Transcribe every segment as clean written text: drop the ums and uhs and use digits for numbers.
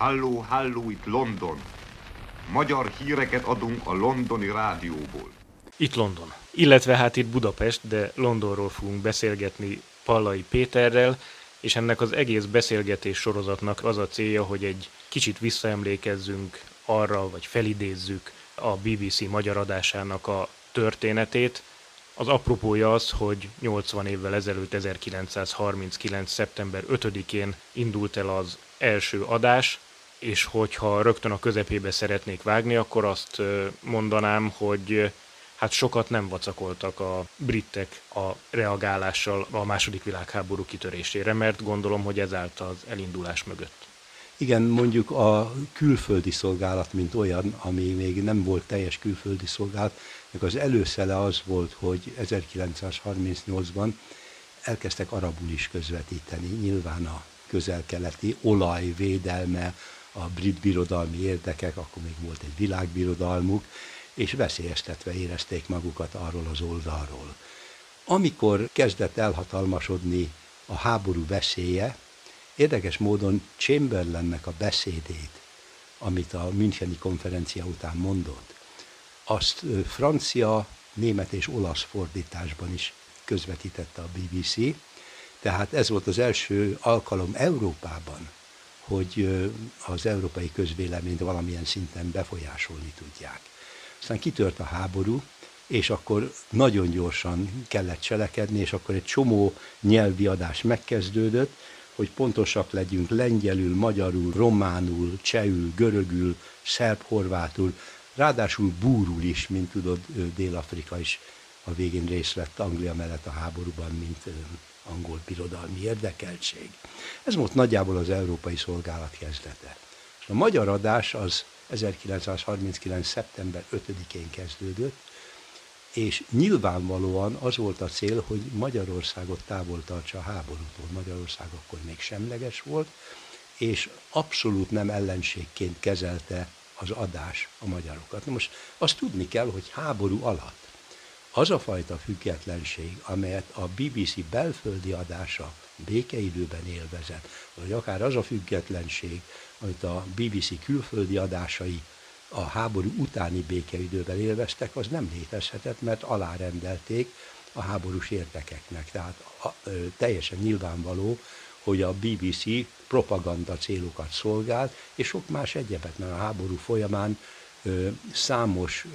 Halló, halló, itt London. Magyar híreket adunk a londoni rádióból. Itt London. Illetve hát itt Budapest, de Londonról fogunk beszélgetni Pallai Péterrel, és ennek az egész beszélgetés sorozatnak az a célja, hogy egy kicsit visszaemlékezzünk arra, vagy felidézzük a BBC magyar adásának a történetét. Az apropója az, hogy 80 évvel ezelőtt, 1939. szeptember 5-én indult el az első adás, és hogyha rögtön a közepébe szeretnék vágni, akkor azt mondanám, hogy hát sokat nem vacakoltak a britek a reagálással a második világháború kitörésére, mert gondolom, hogy ez állt az elindulás mögött. Igen, mondjuk a külföldi szolgálat, mint olyan, ami még nem volt teljes külföldi szolgálat, az előszele az volt, hogy 1938-ban elkezdtek arabul is közvetíteni, nyilván a közel-keleti olaj védelme, a brit birodalmi érdekek, akkor még volt egy világbirodalmuk, és veszélyeztetve érezték magukat arról az oldalról. Amikor kezdett elhatalmasodni a háború veszélye, érdekes módon Chamberlainnek a beszédét, amit a Müncheni konferencia után mondott, azt francia, német és olasz fordításban is közvetítette a BBC, tehát ez volt az első alkalom Európában, hogy az európai közvéleményt valamilyen szinten befolyásolni tudják. Aztán kitört a háború, és akkor nagyon gyorsan kellett cselekedni, és akkor egy csomó nyelvi adás megkezdődött, hogy pontosak legyünk lengyelül, magyarul, románul, csehül, görögül, szerb-horvátul, ráadásul búrul is, mint tudod, Dél-Afrika is a végén részt vett Anglia mellett a háborúban, mint angol birodalmi érdekeltség. Ez volt nagyjából az európai szolgálat kezdete. A magyar adás az 1939. szeptember 5-én kezdődött, és nyilvánvalóan az volt a cél, hogy Magyarországot távol tartsa a háborútól. Magyarország akkor még semleges volt, és abszolút nem ellenségként kezelte az adás a magyarokat. Na most azt tudni kell, hogy háború alatt az a fajta függetlenség, amelyet a BBC belföldi adása békeidőben élvezett, vagy akár az a függetlenség, amit a BBC külföldi adásai a háború utáni békeidőben élveztek, az nem létezhetett, mert alárendelték a háborús érdekeknek. Tehát teljesen nyilvánvaló, hogy a BBC propaganda célokat szolgált, és sok más egyebet, mert a háború folyamán számos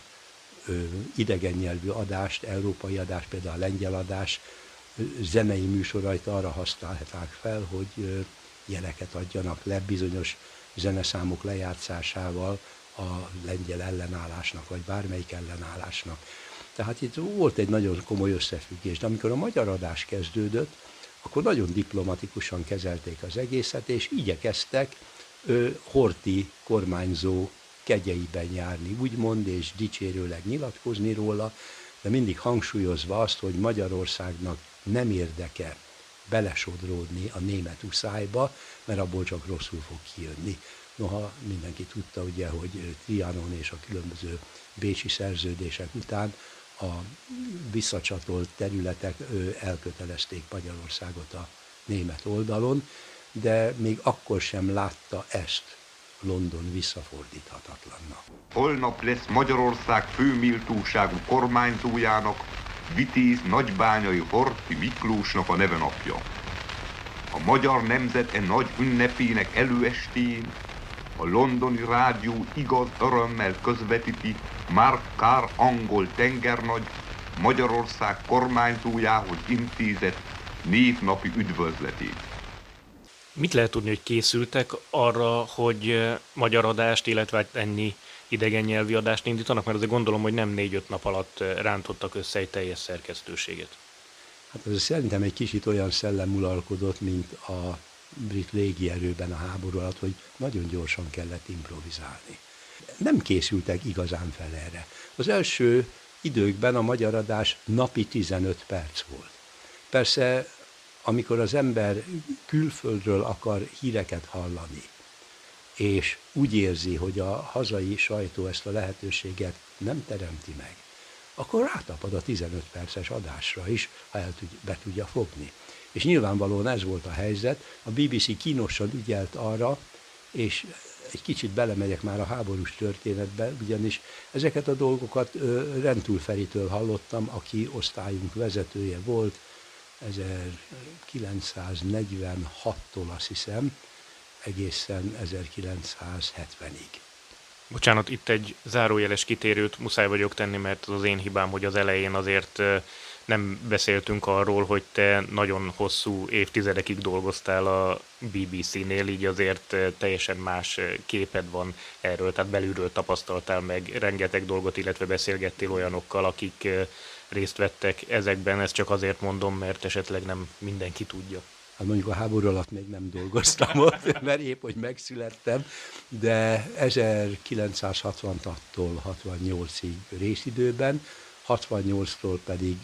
idegen nyelvű adást, európai adást, például a lengyel adás zenei műsorait arra használták fel, hogy jeleket adjanak le bizonyos zeneszámok lejátszásával a lengyel ellenállásnak, vagy bármelyik ellenállásnak. Tehát itt volt egy nagyon komoly összefüggés, de amikor a magyar adás kezdődött, akkor nagyon diplomatikusan kezelték az egészet, és igyekeztek Horthy kormányzó kegyeiben járni, úgymond, és dicsérőleg nyilatkozni róla, de mindig hangsúlyozva azt, hogy Magyarországnak nem érdeke belesodródni a német uszályba, mert abból csak rosszul fog kijönni. Noha mindenki tudta, ugye, hogy Trianon és a különböző bécsi szerződések után a visszacsatolt területek elkötelezték Magyarországot a német oldalon, de még akkor sem látta ezt London visszafordíthatatlannak. Holnap lesz Magyarország főméltóságú kormányzójának, Vitéz Nagybányai Horthy Miklósnak a nevenapja. A magyar nemzet nagy ünnepének előestén a londoni rádió igaz örömmel közvetíti Mark Carr angol tengernagy Magyarország kormányzójához intézett névnapi üdvözletét. Mit lehet tudni, hogy készültek arra, hogy magyar adást, illetve ennyi idegen nyelvi adást indítanak? Mert azért gondolom, hogy nem 4-5 nap alatt rántottak össze egy teljes szerkesztőséget. Hát ez szerintem egy kicsit olyan szellem uralkodott, mint a brit légierőben a háború alatt, hogy nagyon gyorsan kellett improvizálni. Nem készültek igazán fel erre. Az első időkben a magyar adás napi 15 perc volt. Persze, amikor az ember külföldről akar híreket hallani, és úgy érzi, hogy a hazai sajtó ezt a lehetőséget nem teremti meg, akkor rátapad a 15 perces adásra is, ha be tudja fogni. És nyilvánvalóan ez volt a helyzet, a BBC kínosan ügyelt arra, és egy kicsit belemegyek már a háborús történetbe, ugyanis ezeket a dolgokat Rentoul Feritől hallottam, aki osztályunk vezetője volt 1946-tól azt hiszem, egészen 1970-ig. Bocsánat, itt egy zárójeles kitérőt muszáj vagyok tenni, mert az én hibám, hogy az elején azért nem beszéltünk arról, hogy te nagyon hosszú évtizedekig dolgoztál a BBC-nél, így azért teljesen más képed van erről, tehát belülről tapasztaltál meg rengeteg dolgot, illetve beszélgettél olyanokkal, akik részt vettek ezekben, ezt csak azért mondom, mert esetleg nem mindenki tudja. Hát mondjuk a háború alatt még nem dolgoztam ott, mert épp, hogy megszülettem, de 1966-tól 68-ig részidőben, 68-tól pedig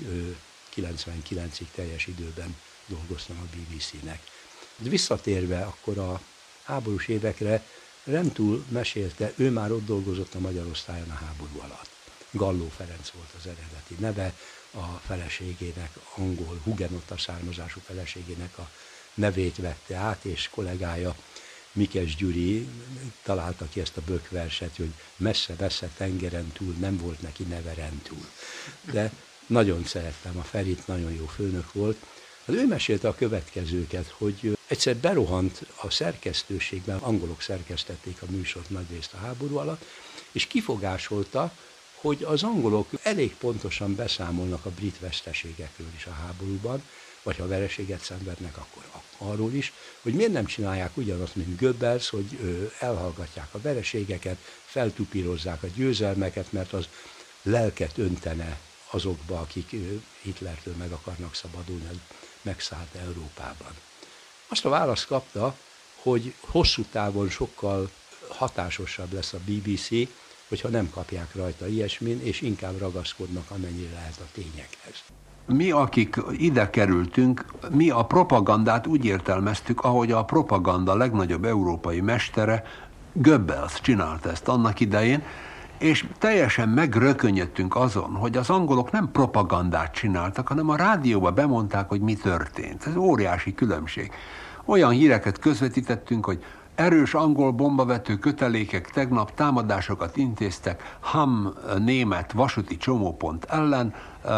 99-ig teljes időben dolgoztam a BBC-nek. Visszatérve akkor a háborús évekre, Rentoul mesélte, ő már ott dolgozott a Magyar Osztályon a háború alatt. Galló Ferenc volt az eredeti neve, a feleségének, angol, hugenotta származású feleségének a nevét vette át, és kollégája Mikes Gyuri találta ki ezt a bökverset, hogy messze-messze tengeren túl, nem volt neki neve Rentoul. De nagyon szerettem a Ferit, nagyon jó főnök volt. Hát ő mesélte a következőket, hogy egyszer berohant a szerkesztőségben, angolok szerkesztették a műsort nagyrészt a háború alatt, és kifogásolta, hogy az angolok elég pontosan beszámolnak a brit veszteségekről is a háborúban, vagy ha vereséget szenvednek, akkor arról is, hogy miért nem csinálják ugyanazt, mint Goebbels, hogy elhallgatják a vereségeket, feltupírozzák a győzelmeket, mert az lelket öntene azokba, akik Hitlertől meg akarnak szabadulni az megszállt Európában. Azt a választ kapta, hogy hosszú távon sokkal hatásosabb lesz a BBC, hogyha nem kapják rajta ilyesmin, és inkább ragaszkodnak amennyire lehet a tényekhez. Mi, akik ide kerültünk, mi a propagandát úgy értelmeztük, ahogy a propaganda legnagyobb európai mestere, Goebbels csinálta ezt annak idején, és teljesen megrökönyödtünk azon, hogy az angolok nem propagandát csináltak, hanem a rádióba bemondták, hogy mi történt. Ez óriási különbség. Olyan híreket közvetítettünk, hogy erős angol bombavető kötelékek tegnap támadásokat intéztek Hamm német vasúti csomópont ellen,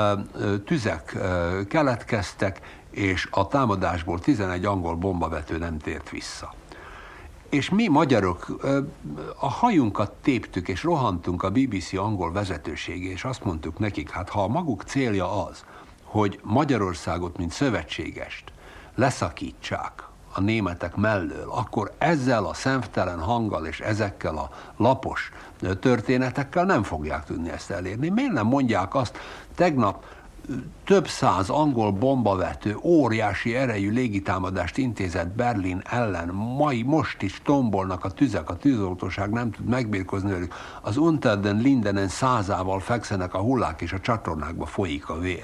tüzek keletkeztek, és a támadásból 11 angol bombavető nem tért vissza. És mi magyarok a hajunkat téptük, és rohantunk a BBC angol vezetőségé, és azt mondtuk nekik, hát ha a maguk célja az, hogy Magyarországot, mint szövetségest leszakítsák a németek mellől, akkor ezzel a szemtelen hanggal és ezekkel a lapos történetekkel nem fogják tudni ezt elérni. Miért nem mondják azt, tegnap több száz angol bombavető óriási erejű légitámadást intézett Berlin ellen, most is tombolnak a tüzek, a tűzoltóság nem tud megbirkózni velük, az Unter den Lindenen százával fekszenek a hullák, és a csatornákba folyik a vér.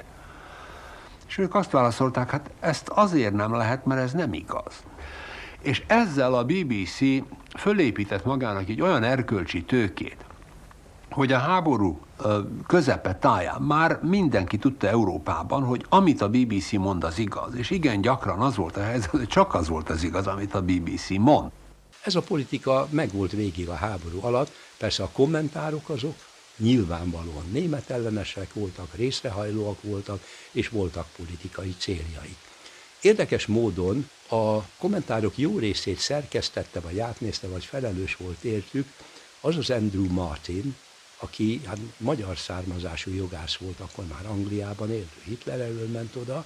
És ők azt válaszolták, hát ezt azért nem lehet, mert ez nem igaz. És ezzel a BBC fölépített magának egy olyan erkölcsi tőkét, hogy a háború közepe táján már mindenki tudta Európában, hogy amit a BBC mond, az igaz. És igen, gyakran az volt a helyzet, hogy csak az volt az igaz, amit a BBC mond. Ez a politika megvolt végig a háború alatt, persze a kommentárok azok nyilvánvalóan német ellenesek voltak, részrehajlóak voltak, és voltak politikai céljaik. Érdekes módon a kommentárok jó részét szerkesztette, vagy átnézte, vagy felelős volt értük, az az Andrew Martin, aki hát magyar származású jogász volt, akkor már Angliában élt, Hitler elől ment oda,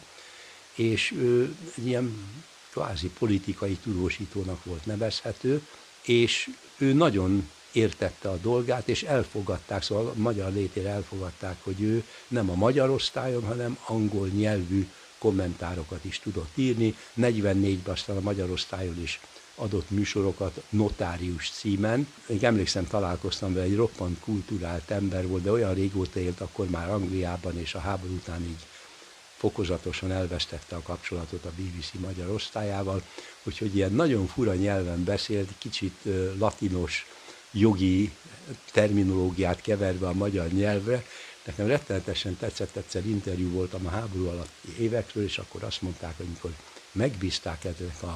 és ő ilyen kvázi politikai tudósítónak volt nevezhető, és ő nagyon értette a dolgát, és elfogadták, szóval a magyar létére elfogadták, hogy ő nem a magyar osztályon, hanem angol nyelvű kommentárokat is tudott írni. 44-ben aztán a magyar osztályon is adott műsorokat notárius címen. Még emlékszem, találkoztam vele, egy roppant kulturált ember volt, de olyan régóta élt akkor már Angliában, és a háború után így fokozatosan elvesztette a kapcsolatot a BBC magyar osztályával, úgyhogy ilyen nagyon fura nyelven beszélt, kicsit latinos jogi terminológiát keverve a magyar nyelvre. Nekem rettenetesen tetszett, egyszer interjú voltam a háború alatti évekről, és akkor azt mondták, hogy amikor megbízták ennek a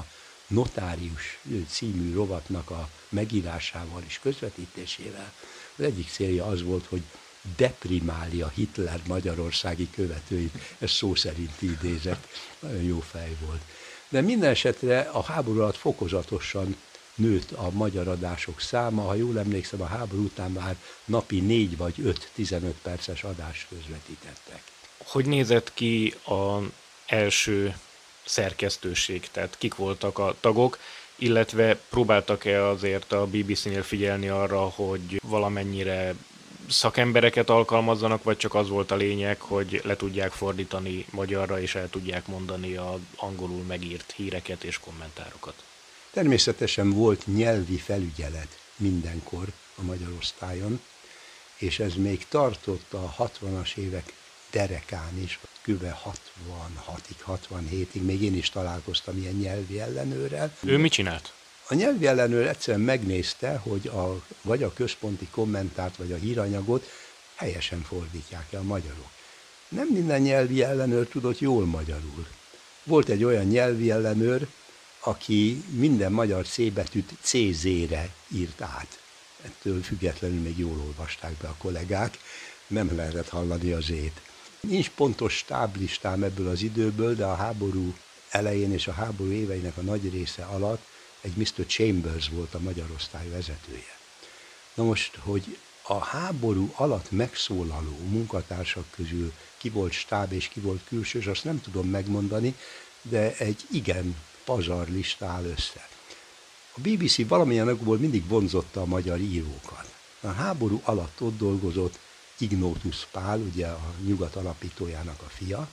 Notárius című rovatnak a megírásával és közvetítésével. Az egyik célja az volt, hogy deprimálja Hitler magyarországi követőit. Ez szó szerint idézek, nagyon jó fej volt. De minden esetre a háború alatt fokozatosan nőtt a magyar adások száma. Ha jól emlékszem, a háború után már napi 4 vagy 5 15 perces adást közvetítettek. Hogy nézett ki az első szerkesztőség, tehát kik voltak a tagok, illetve próbáltak-e azért a BBC-nél figyelni arra, hogy valamennyire szakembereket alkalmazzanak, vagy csak az volt a lényeg, hogy le tudják fordítani magyarra, és el tudják mondani az angolul megírt híreket és kommentárokat? Természetesen volt nyelvi felügyelet mindenkor a magyar osztályon, és ez még tartott a 60-as évek derekán is, kb. 66-ig, 67-ig, még én is találkoztam ilyen nyelvi ellenőrrel. Ő mit csinált? A nyelvi ellenőr egyszerűen megnézte, hogy vagy a központi kommentárt, vagy a híranyagot helyesen fordítják-e a magyarok. Nem minden nyelvi ellenőr tudott jól magyarul. Volt egy olyan nyelvi ellenőr, aki minden magyar C betűt CZ-re írt át. Ettől függetlenül még jól olvasták be a kollégák, nem lehetett hallani az Z-t. Nincs pontos stáblistám ebből az időből, de a háború elején és a háború éveinek a nagy része alatt egy Mr. Chambers volt a magyar osztály vezetője. Na most, hogy a háború alatt megszólaló munkatársak közül ki volt stáb és ki volt külsős, azt nem tudom megmondani, de egy igen pazar lista áll össze. A BBC valamilyen okból mindig vonzotta a magyar írókat. A háború alatt ott dolgozott Ignótus Pál, ugye a Nyugat alapítójának a fia,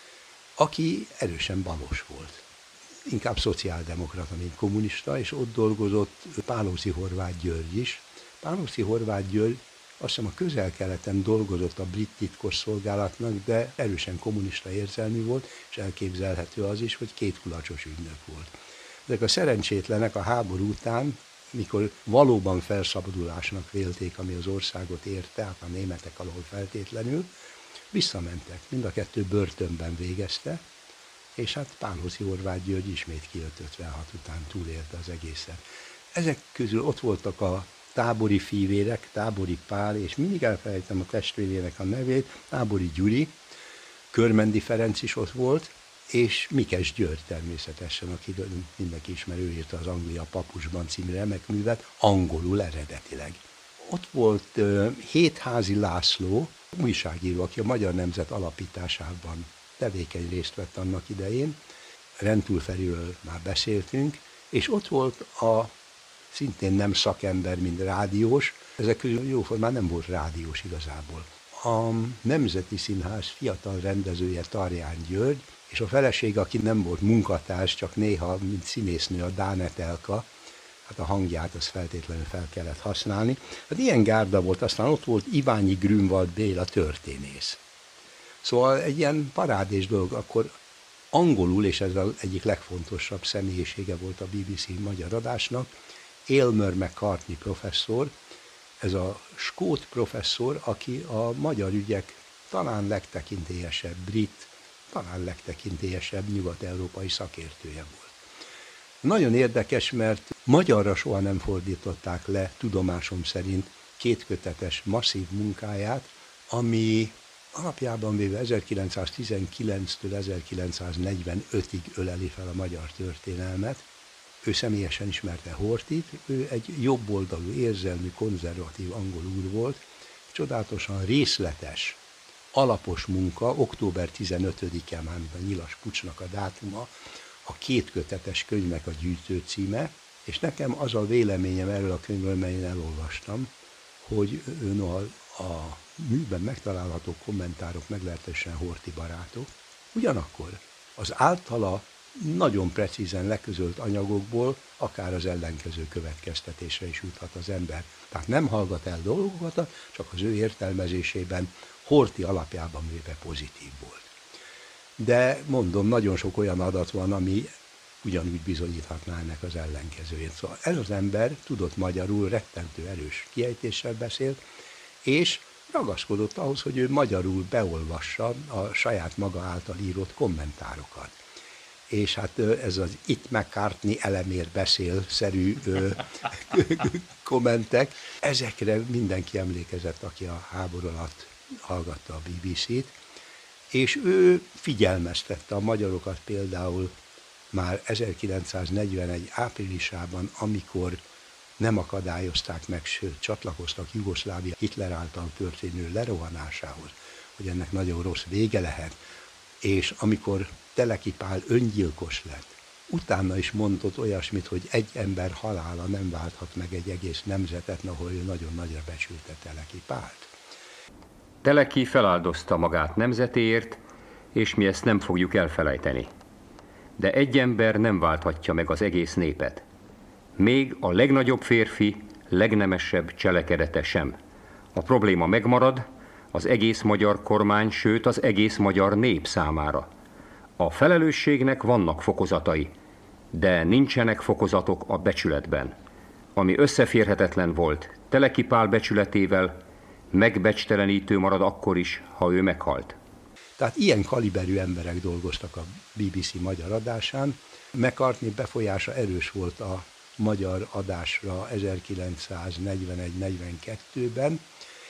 aki erősen balos volt. Inkább szociáldemokrata, mint kommunista, és ott dolgozott Pálóci Horváth György is. Pálóci Horváth György azt hiszem a Közel-Keleten dolgozott a brit titkosszolgálatnak, de erősen kommunista érzelmű volt, és elképzelhető az is, hogy kétkulacsos ügynök volt. Ezek a szerencsétlenek a háború után, mikor valóban felszabadulásnak vélték, ami az országot érte, hát a németek alól feltétlenül, visszamentek. Mind a kettő börtönben végezte, és hát Pálhozy Horváth György ismét kijött 56 után, túlélte az egészet. Ezek közül ott voltak a tábori fivérek, Tábori Pál, és mindig elfelejtem a testvérének a nevét, Tábori Gyuri, Körmendi Ferenc is ott volt, és Mikes György természetesen, aki mindenki ismer, ő írta az Anglia Papusban című remek művet, angolul eredetileg. Ott volt Hétházi László, újságíró, aki a Magyar Nemzet alapításában tevékeny részt vett annak idején, Rentul Feriről már beszéltünk, és ott volt a szintén nem szakember, mint rádiós, ezek közül jóformán nem volt rádiós igazából. A Nemzeti Színház fiatal rendezője Tarján György, és a feleség, aki nem volt munkatárs, csak néha, mint színésznő, a Dánet Elka, hát a hangját azt feltétlenül fel kellett használni. Hát ilyen gárda volt, aztán ott volt Iványi Grünwald Béla történész. Szóval egy ilyen parádés dolog, akkor angolul, és ez az egyik legfontosabb személyisége volt a BBC magyar adásnak, Aylmer McCartney professzor, ez a skót professzor, aki a magyar ügyek talán legtekintélyesebb brit, talán legtekintélyesebb nyugat-európai szakértője volt. Nagyon érdekes, mert magyarra soha nem fordították le, tudomásom szerint, kétkötetes masszív munkáját, ami alapjában véve 1919-től 1945-ig öleli fel a magyar történelmet. Ő személyesen ismerte Horthyt, ő egy jobboldalú, érzelmű, konzervatív angol úr volt, csodálatosan részletes, alapos munka, október 15-e, mármint a nyilas puccsnak a dátuma, a kétkötetes könyvnek a gyűjtő címe, és nekem az a véleményem erről a könyvről, mely én elolvastam, hogy noha a műben megtalálható kommentárok meglehetősen Horthy barátok, ugyanakkor az általa nagyon precízen leközölt anyagokból akár az ellenkező következtetésre is juthat az ember. Tehát nem hallgat el dolgokat, csak az ő értelmezésében Horthy alapjában véve pozitív volt. De mondom, nagyon sok olyan adat van, ami ugyanúgy bizonyíthatná ennek az ellenkezőjét. Szóval ez az ember tudott magyarul, rettentő erős kiejtéssel beszélt, és ragaszkodott ahhoz, hogy ő magyarul beolvassa a saját maga által írott kommentárokat. és hát ez az itt McCartney elemér beszél-szerű kommentek, ezekre mindenki emlékezett, aki a háború alatt hallgatta a BBC-t, és ő figyelmeztette a magyarokat például már 1941 áprilisában, amikor nem akadályozták meg, sőt csatlakoztak Jugoszlávia Hitler által történő lerohanásához, hogy ennek nagyon rossz vége lehet, és amikor Teleki Pál öngyilkos lett, utána is mondott olyasmit, hogy egy ember halála nem válthat meg egy egész nemzetet, ahol ő nagyon nagyra becsülte Teleki Pált. Teleki feláldozta magát nemzetéért, és mi ezt nem fogjuk elfelejteni. De egy ember nem válthatja meg az egész népet. Még a legnagyobb férfi, legnemesebb cselekedete sem. A probléma megmarad az egész magyar kormány, sőt az egész magyar nép számára. A felelősségnek vannak fokozatai, de nincsenek fokozatok a becsületben. Ami összeférhetetlen volt Teleki Pál becsületével, megbecstelenítő marad akkor is, ha ő meghalt. Tehát ilyen kaliberű emberek dolgoztak a BBC magyar adásán. McCartney befolyása erős volt a magyar adásra 1941-42-ben.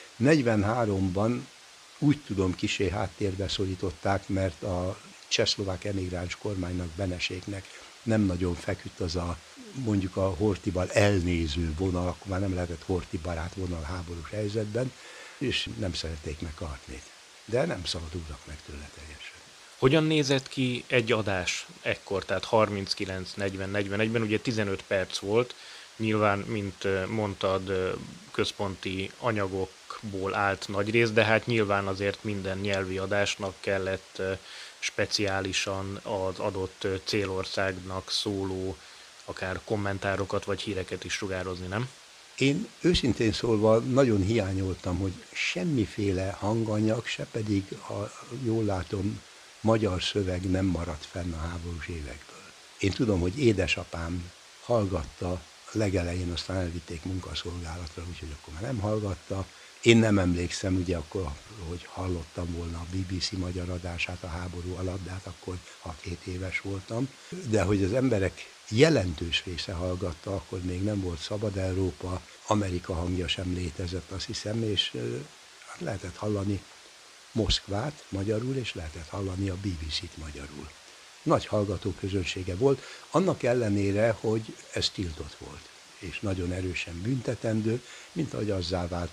43-ban úgy tudom kissé háttérbe szorították, mert a csehszlovák emigráns kormánynak, Beneséknek nem nagyon feküdt az a mondjuk a Horthyval elnéző vonal, akkor már nem lehetett Horthy barát vonal háborús helyzetben, és nem szerették McCartneyt. De nem szabadulnak meg tőle teljesen. Hogyan nézett ki egy adás ekkor, tehát 39-40-41-ben, ugye 15 perc volt, nyilván, mint mondtad, központi anyagokból állt nagy rész, de hát nyilván azért minden nyelvi adásnak kellett speciálisan az adott célországnak szóló akár kommentárokat vagy híreket is sugározni, nem? Én őszintén szólva nagyon hiányoltam, hogy semmiféle hanganyag, se pedig, ha jól látom, magyar szöveg nem maradt fenn a háborús évekből. Én tudom, hogy édesapám hallgatta legelején, aztán elvitték munkaszolgálatra, úgyhogy akkor már nem hallgatta. Én nem emlékszem, ugye akkor, hogy hallottam volna a BBC magyar adását a háború alatt, de hát akkor 6-7 éves voltam. De hogy az emberek jelentős része hallgatta, akkor még nem volt Szabad Európa, Amerika hangja sem létezett, azt hiszem, és hát lehetett hallani Moszkvát magyarul, és lehetett hallani a BBC-t magyarul. Nagy hallgatóközönsége volt, annak ellenére, hogy ez tiltott volt, és nagyon erősen büntetendő, mint ahogy azzá vált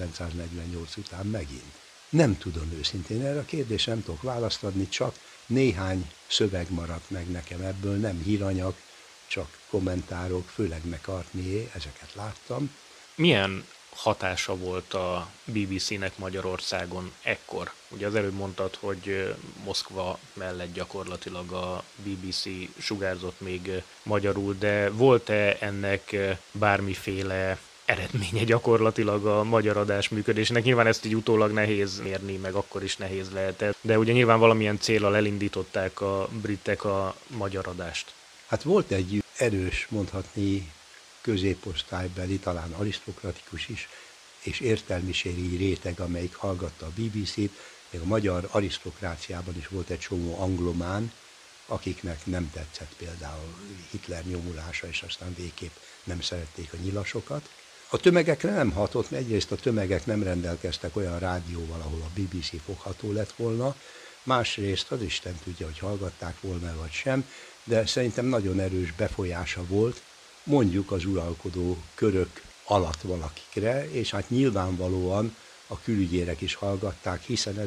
1948 után megint. Nem tudom őszintén, erre a kérdésre nem tudok választ adni, csak néhány szöveg maradt meg nekem ebből, nem híranyag, csak kommentárok, főleg McCartneyé, ezeket láttam. Milyen hatása volt a BBC-nek Magyarországon ekkor? Ugye az előbb mondtad, hogy Moszkva mellett gyakorlatilag a BBC sugárzott még magyarul, de volt-e ennek bármiféle eredménye gyakorlatilag a magyar adás működésének? Nyilván ezt így utólag nehéz mérni, meg akkor is nehéz lehetett, de ugye nyilván valamilyen céllal elindították a britek a magyar adást. Hát volt egy erős, mondhatni, középosztálybeli, talán arisztokratikus is, és értelmiségi réteg, amelyik hallgatta a BBC-t, még a magyar arisztokráciában is volt egy csomó anglomán, akiknek nem tetszett például Hitler nyomulása, és aztán végképp nem szerették a nyilasokat. A tömegekre nem hatott, mert egyrészt a tömegek nem rendelkeztek olyan rádióval, ahol a BBC fogható lett volna, másrészt az Isten tudja, hogy hallgatták volna vagy sem, de szerintem nagyon erős befolyása volt, mondjuk az uralkodó körök alatt valakikre, és hát nyilvánvalóan a külügyérek is hallgatták, hiszen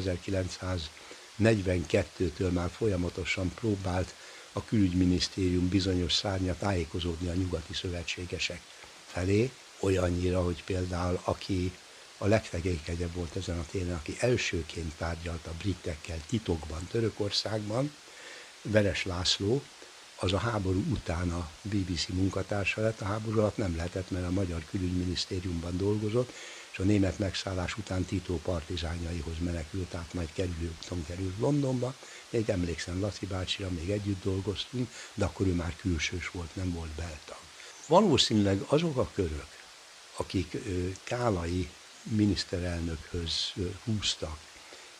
1942-től már folyamatosan próbált a külügyminisztérium bizonyos szárnya tájékozódni a nyugati szövetségesek felé, olyannyira, hogy például aki a legtegékenyebb volt ezen a téren, aki elsőként tárgyalt a britekkel titokban Törökországban, Veres László, az a háború után a BBC munkatársa lett, a háború alatt nem lehetett, mert a magyar külügyminisztériumban dolgozott, és a német megszállás után Tito partizányaihoz menekült át, majd kerülőúton került Londonba. Még emlékszem Laci bácsira, még együtt dolgoztunk, de akkor ő már külsős volt, nem volt beltag. Valószínűleg azok a körök, akik Kálai miniszterelnökhöz húztak,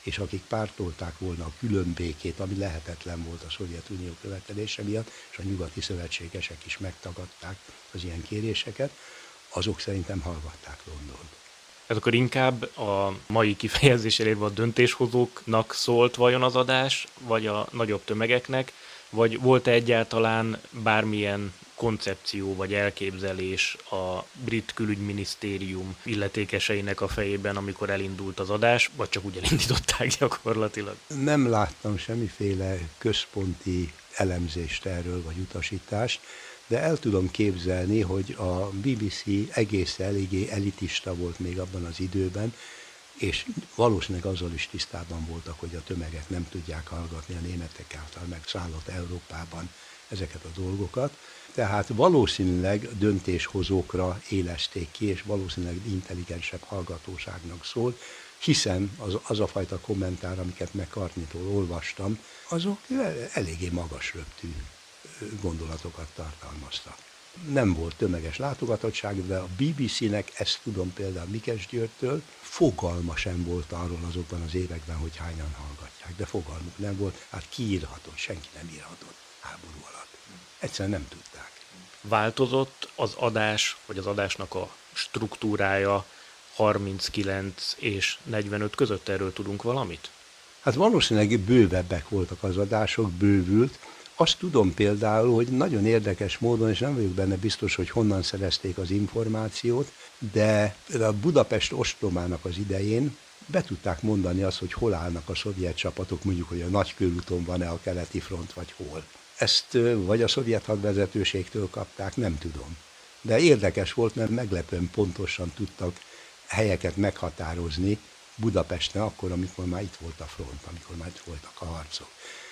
és akik pártolták volna a különbékét, ami lehetetlen volt a Szovjetunió követelése miatt, és a nyugati szövetségesek is megtagadták az ilyen kéréseket, azok szerintem hallgatták Londont. Ez akkor inkább a mai kifejezésre érve a döntéshozóknak szólt vajon az adás, vagy a nagyobb tömegeknek, vagy volt-e egyáltalán bármilyen koncepció vagy elképzelés a brit külügyminisztérium illetékeseinek a fejében, amikor elindult az adás, vagy csak úgy elindították gyakorlatilag? Nem láttam semmiféle központi elemzést erről, vagy utasítást, de el tudom képzelni, hogy a BBC egész eléggé elitista volt még abban az időben, és valószínűleg azzal is tisztában voltak, hogy a tömegek nem tudják hallgatni a németek által megszállott Európában ezeket a dolgokat. Tehát valószínűleg döntéshozókra éleszték ki, és valószínűleg intelligensebb hallgatóságnak szólt, hiszen az a fajta kommentár, amiket McCartney-tól olvastam, azok eléggé magas röptű gondolatokat tartalmaztak. Nem volt tömeges látogatottság, de a BBC-nek, ezt tudom például Mikes Györgytől, fogalma sem volt arról azokban az években, hogy hányan hallgatják, de fogalmuk nem volt, hát kiírhatott, senki nem írhatott háború alatt. Egyszerűen nem tudták. Változott az adás, vagy az adásnak a struktúrája 39 és 45 között? Erről tudunk valamit? Hát valószínűleg bővebbek voltak az adások, bővült. Azt tudom például, hogy nagyon érdekes módon, és nem vagyok benne biztos, hogy honnan szerezték az információt, de a Budapest ostromának az idején be tudták mondani azt, hogy hol állnak a szovjet csapatok, mondjuk, hogy a Nagykörúton van-e a keleti front, vagy hol. Ezt vagy a szovjet hadvezetőségtől kapták, nem tudom. De érdekes volt, mert meglepően pontosan tudtak helyeket meghatározni Budapesten akkor, amikor már itt volt a front, amikor már itt voltak a harcok.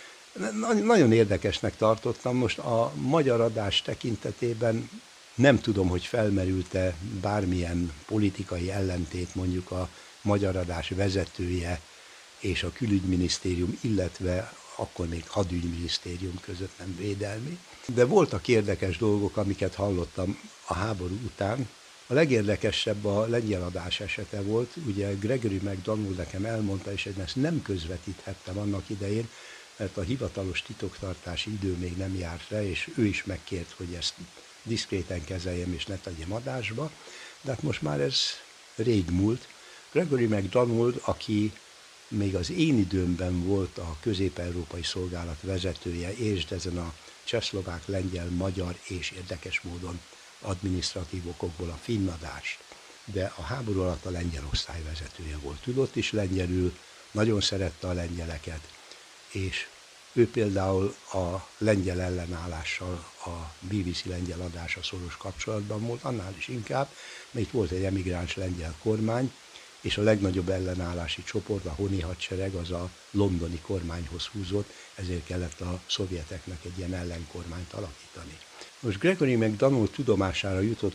Nagyon érdekesnek tartottam. Most a magyar adás tekintetében nem tudom, hogy felmerült-e bármilyen politikai ellentét mondjuk a magyar adás vezetője és a külügyminisztérium, illetve akkor még hadügyminisztérium között, nem védelmi. De voltak érdekes dolgok, amiket hallottam a háború után. A legérdekesebb a lengyel adás esete volt. Ugye Gregory MacDonald nekem elmondta, és én ezt nem közvetíthettem annak idején, mert a hivatalos titoktartási idő még nem járt le, és ő is megkért, hogy ezt diszkréten kezeljem, és ne tegyem adásba. De hát most már ez rég múlt. Gregory MacDonald, aki még az én időmben volt a közép-európai szolgálat vezetője, és ezen a csehszlovák, lengyel, magyar és érdekes módon adminisztratív okokból a finn adást, de a háború alatt a lengyel osztály vezetője volt. Tudott is lengyelül, nagyon szerette a lengyeleket, és ő például a lengyel ellenállással a BBC lengyel adása szoros kapcsolatban volt, annál is inkább, mert itt volt egy emigráns lengyel kormány, és a legnagyobb ellenállási csoport, a honi hadsereg, az a londoni kormányhoz húzott, ezért kellett a szovjeteknek egy ilyen ellenkormányt alakítani. Most Gregory MacDonald tudomására jutott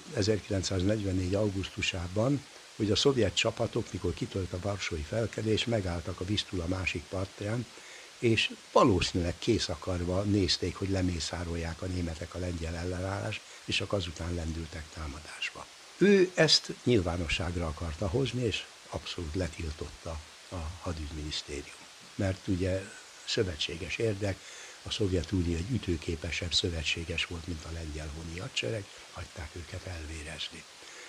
1944. augusztusában, hogy a szovjet csapatok, mikor kitölt a varsói felkelés, megálltak a Visztula másik partján, és valószínűleg kész akarva nézték, hogy lemészárolják a németek a lengyel ellenállást, és csak azután lendültek támadásba. Ő ezt nyilvánosságra akarta hozni, és abszolút letiltotta a hadügyminisztérium. Mert ugye szövetséges érdek, a Szovjetunió egy ütőképesebb szövetséges volt, mint a lengyel honi hadsereg, hagyták őket elvérezni.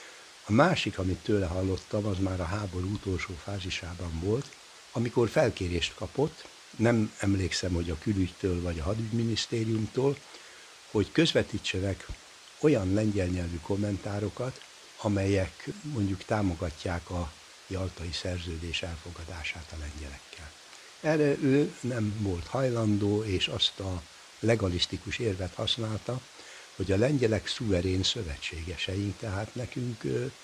A másik, amit tőle hallottam, az már a háború utolsó fázisában volt, amikor felkérést kapott, nem emlékszem, hogy a külügytől vagy a hadügyminisztériumtól, hogy közvetítsenek olyan lengyel nyelvű kommentárokat, amelyek mondjuk támogatják a jaltai szerződés elfogadását a lengyelekkel. Erre ő nem volt hajlandó, és azt a legalisztikus érvet használta, hogy a lengyelek szuverén szövetségeseink, tehát nekünk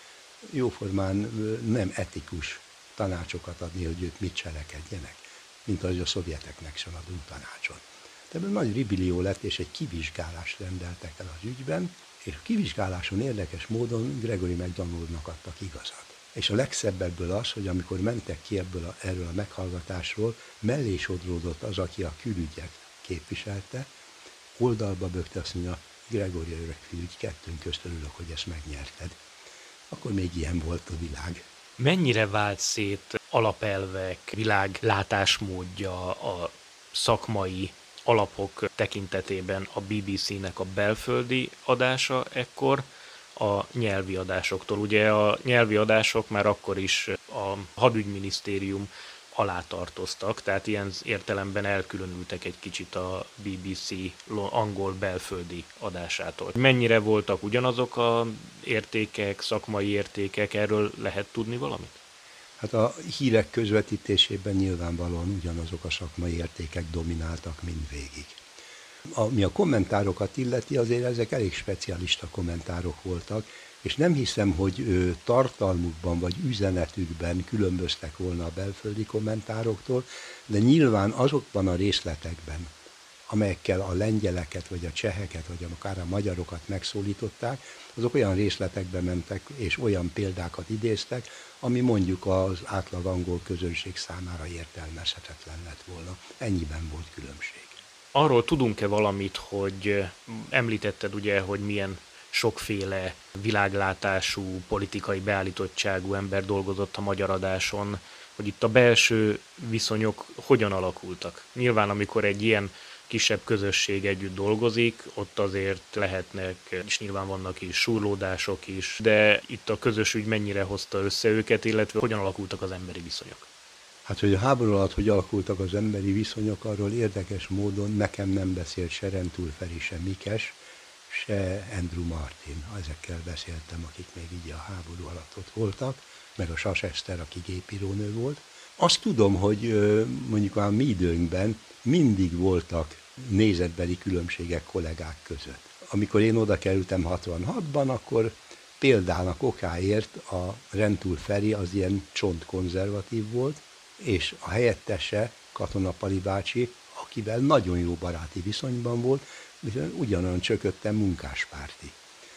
jóformán nem etikus tanácsokat adni, hogy ők mit cselekedjenek, mint ahogy a szovjeteknek sem adunk tanácsot. Ebből nagy ribillió lett, és egy kivizsgálást rendeltek el az ügyben, és a kivizsgáláson érdekes módon Gregory MacDonaldnak adtak igazat. És a legszebb ebből az, hogy amikor mentek ki erről a meghallgatásról, mellé sodródott az, aki a külügyet képviselte, oldalba bökte, azt mondja, Gregory örökfiúgy, kettőnk közt örülök, hogy ezt megnyerted. Akkor még ilyen volt a világ. Mennyire vált szét alapelvek, világlátásmódja, a szakmai alapok tekintetében a BBC-nek a belföldi adása ekkor a nyelvi adásoktól. Ugye a nyelvi adások már akkor is a hadügyminisztérium alá tartoztak, tehát ilyen értelemben elkülönültek egy kicsit a BBC angol belföldi adásától. Mennyire voltak ugyanazok az értékek, szakmai értékek, erről lehet tudni valamit? Hát a hírek közvetítésében nyilvánvalóan ugyanazok a szakmai értékek domináltak mindvégig. Ami a kommentárokat illeti, azért ezek elég specialista kommentárok voltak, és nem hiszem, hogy tartalmukban vagy üzenetükben különböztek volna a belföldi kommentároktól, de nyilván azokban a részletekben, amelyekkel a lengyeleket, vagy a cseheket, vagy akár a magyarokat megszólították, azok olyan részletekbe mentek, és olyan példákat idéztek, ami mondjuk az átlag angol közönség számára értelmezhetetlen lett volna. Ennyiben volt különbség. Arról tudunk-e valamit, hogy említetted ugye, hogy milyen sokféle világlátású, politikai beállítottságú ember dolgozott a magyar adáson, hogy itt a belső viszonyok hogyan alakultak? Nyilván, amikor egy ilyen kisebb közösség együtt dolgozik, ott azért lehetnek, és nyilván vannak is súrlódások is, de itt a közös ügy mennyire hozta össze őket, illetve hogyan alakultak az emberi viszonyok? Hát, hogy a háború alatt hogy alakultak az emberi viszonyok, arról érdekes módon nekem nem beszélt se Rentoul Feri, se Mikes, se Andrew Martin. Ezekkel beszéltem, akik még így a háború alatt ott voltak, meg a Sas Eszter, aki gépírónő volt. Azt tudom, hogy mondjuk a mi időnkben mindig voltak nézetbeli különbségek kollégák között. Amikor én oda kerültem 66-ban, akkor példának okáért a Rentoul Feri az ilyen csontkonzervatív volt, és a helyettese, Katona Pali bácsi, akivel nagyon jó baráti viszonyban volt, ugyanolyan csökötten munkáspárti.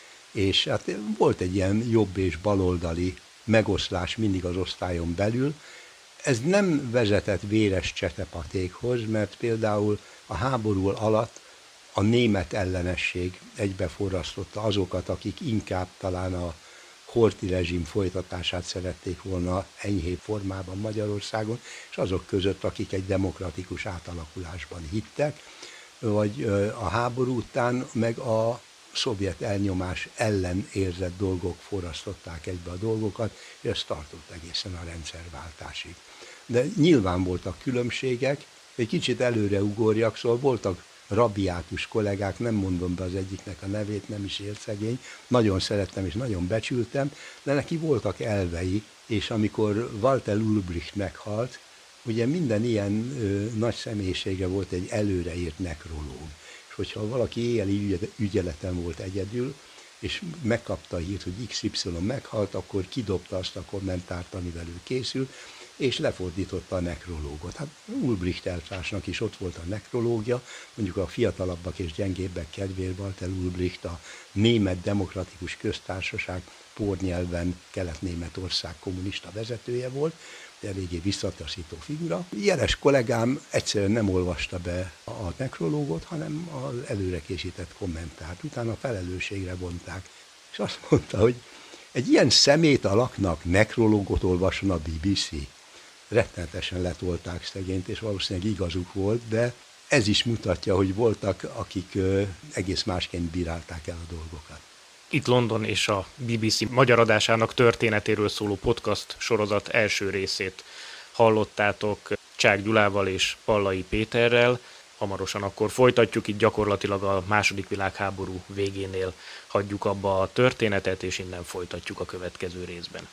És hát volt egy ilyen jobb és baloldali megoszlás mindig az osztályon belül. Ez nem vezetett véres csetepatékhoz, mert például a háború alatt a német ellenesség egybeforrasztotta azokat, akik inkább talán a Horthy rezsim folytatását szerették volna enyhébb formában Magyarországon, és azok között, akik egy demokratikus átalakulásban hittek, vagy a háború után meg a szovjet elnyomás ellen érzett dolgok forrasztották egybe a dolgokat, és ez tartott egészen a rendszerváltásig. De nyilván voltak különbségek, egy kicsit előre ugorjak, szóval voltak rabiátus kollégák, nem mondom be az egyiknek a nevét, nem is élt szegény, nagyon szerettem és nagyon becsültem, de neki voltak elvei, és amikor Walter Ulbricht meghalt, ugye minden ilyen nagy személyisége volt egy előreírt nekrológ. És hogyha valaki éjjeli ügyeleten volt egyedül, és megkapta a hírt, hogy XY meghalt, akkor kidobta azt a kommentárt, amivel ő készült, és lefordította a nekrológot. Hát Ulbricht elvtársnak is ott volt a nekrológia, mondjuk a fiatalabbak és gyengébbek kedvéért Walter Ulbricht a Német Demokratikus Köztársaság pornyelven Kelet-Németország kommunista vezetője volt, de eléggé visszataszító figura. Jeles kollégám egyszerűen nem olvasta be a nekrológot, hanem az előre készített kommentárt. Utána felelősségre vonták. És azt mondta, hogy egy ilyen szemét alaknak nekrológot olvasson a BBC. Rettenetesen letolták szegényt, és valószínűleg igazuk volt, de ez is mutatja, hogy voltak, akik egész másként bírálták el a dolgokat. Itt London és a BBC magyar adásának történetéről szóló podcast sorozat első részét hallottátok Csák Gyulával és Pallai Péterrel. Hamarosan akkor folytatjuk, itt gyakorlatilag a II. Világháború végénél hagyjuk abba a történetet, és innen folytatjuk a következő részben.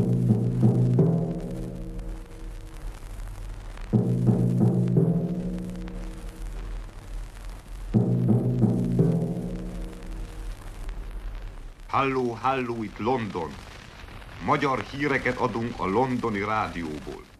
Halló, halló, itt London. Magyar híreket adunk a londoni rádióból.